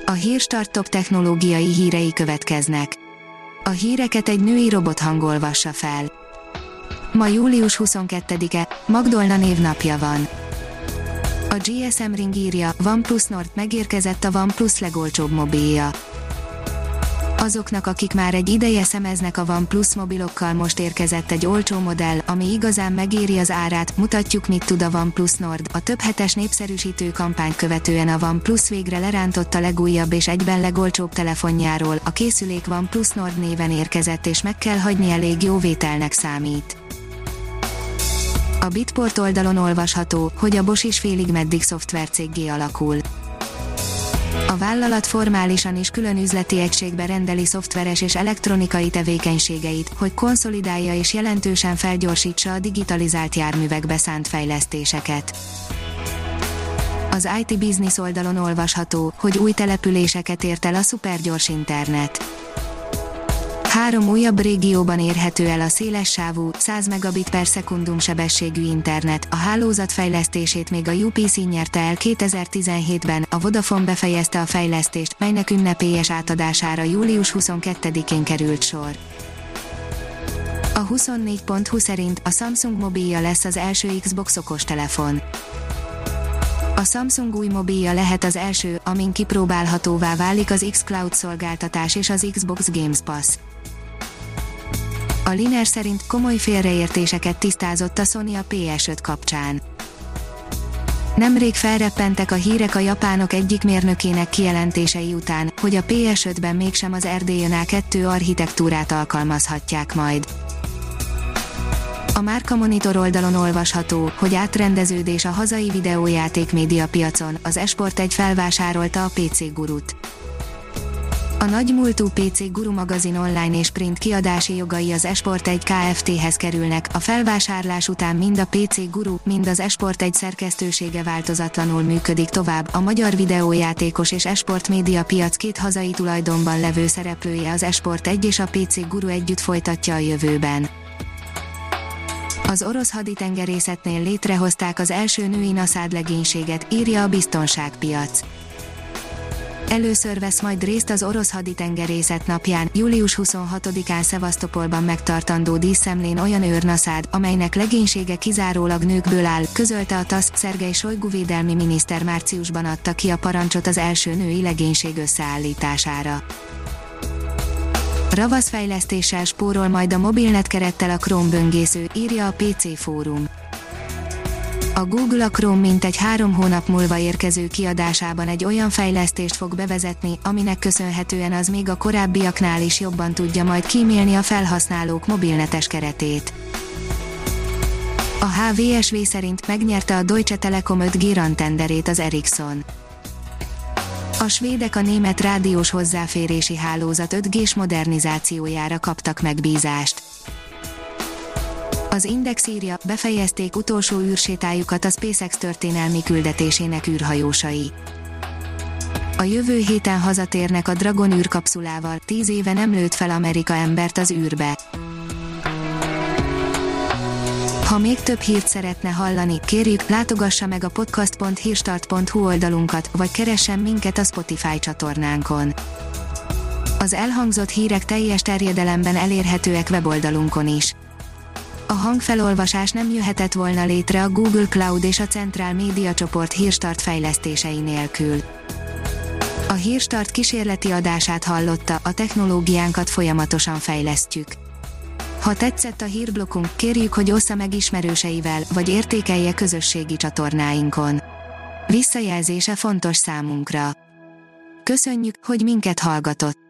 A Hírstart top technológiai hírei következnek. A híreket egy női robot olvassa fel. Ma július 22-e, Magdolna névnapja van. A GSM Ring írja, OnePlus Nord megérkezett a OnePlus legolcsóbb mobilja. Azoknak, akik már egy ideje szemeznek a OnePlus mobilokkal, most érkezett egy olcsó modell, ami igazán megéri az árát. Mutatjuk, mit tud a OnePlus Nord. A több hetes népszerűsítő kampányt követően a OnePlus végre lerántott a legújabb és egyben legolcsóbb telefonjáról. A készülék OnePlus Nord néven érkezett, és meg kell hagyni, elég jó vételnek számít. A Bitport oldalon olvasható, hogy a Bosch is félig meddig szoftvercéggé alakul. A vállalat formálisan is külön üzleti egységbe rendeli szoftveres és elektronikai tevékenységeit, hogy konszolidálja és jelentősen felgyorsítsa a digitalizált járművekbe szánt fejlesztéseket. Az IT Business oldalon olvasható, hogy új településeket ért el a szupergyors internet. 3 újabb régióban érhető el a szélessávú, 100 megabit per szekundum sebességű internet. A hálózat fejlesztését még a UPC nyerte el 2017-ben, a Vodafone befejezte a fejlesztést, melynek ünnepélyes átadására július 22-én került sor. A 24.hu szerint a Samsung mobilja lesz az első Xbox okostelefon. A Samsung új mobilja lehet az első, amin kipróbálhatóvá válik az xCloud szolgáltatás és az Xbox Games Pass. A Liner szerint komoly félreértéseket tisztázott a Sony a PS5 kapcsán. Nemrég felreppentek a hírek a japánok egyik mérnökének kijelentései után, hogy a PS5-ben mégsem az RDNA 2 architektúrát alkalmazhatják majd. A Márka Monitor oldalon olvasható, hogy átrendeződés a hazai videójáték médiapiacon, az Esport1 felvásárolta a PC Gurut. A nagymúltú PC Guru magazin online és print kiadási jogai az Esport1 Kft-hez kerülnek. A felvásárlás után mind a PC Guru, mind az Esport1 szerkesztősége változatlanul működik tovább. A magyar videójátékos és esport média piac két hazai tulajdonban levő szereplője, az Esport1 és a PC Guru együtt folytatja a jövőben. Az orosz haditengerészetnél létrehozták az első női NASAD legénységet, írja a Biztonságpiac. Először vesz majd részt az orosz haditengerészet napján, július 26-án Szevasztopolban megtartandó díszszemlén olyan őrnaszád, amelynek legénysége kizárólag nőkből áll, közölte a TASZ. Szergej Sojgu védelmi miniszter márciusban adta ki a parancsot az első női legénység összeállítására. Ravaszfejlesztéssel spórol majd a mobilnet kerettel a Chrome böngésző, írja a PC Fórum. A Google a Chrome mintegy 3 hónap múlva érkező kiadásában egy olyan fejlesztést fog bevezetni, aminek köszönhetően az még a korábbiaknál is jobban tudja majd kímélni a felhasználók mobilnetes keretét. A HVSV szerint megnyerte a Deutsche Telekom 5G RAN tenderét az Ericsson. A svédek a német rádiós hozzáférési hálózat 5G-s modernizációjára kaptak megbízást. Az Index írja, befejezték utolsó űrsétájukat a SpaceX történelmi küldetésének űrhajósai. A jövő héten hazatérnek a Dragon űrkapszulával, 10 éve nem lőtt fel Amerika embert az űrbe. Ha még több hírt szeretne hallani, kérjük, látogassa meg a podcast.hírstart.hu oldalunkat, vagy keressen minket a Spotify csatornánkon. Az elhangzott hírek teljes terjedelemben elérhetőek weboldalunkon is. A hangfelolvasás nem jöhetett volna létre a Google Cloud és a Central Media csoport Hírstart fejlesztései nélkül. A Hírstart kísérleti adását hallotta, a technológiánkat folyamatosan fejlesztjük. Ha tetszett a hírblokkunk, kérjük, hogy ossza meg ismerőseivel, vagy értékelje közösségi csatornáinkon. Visszajelzése fontos számunkra. Köszönjük, hogy minket hallgatott!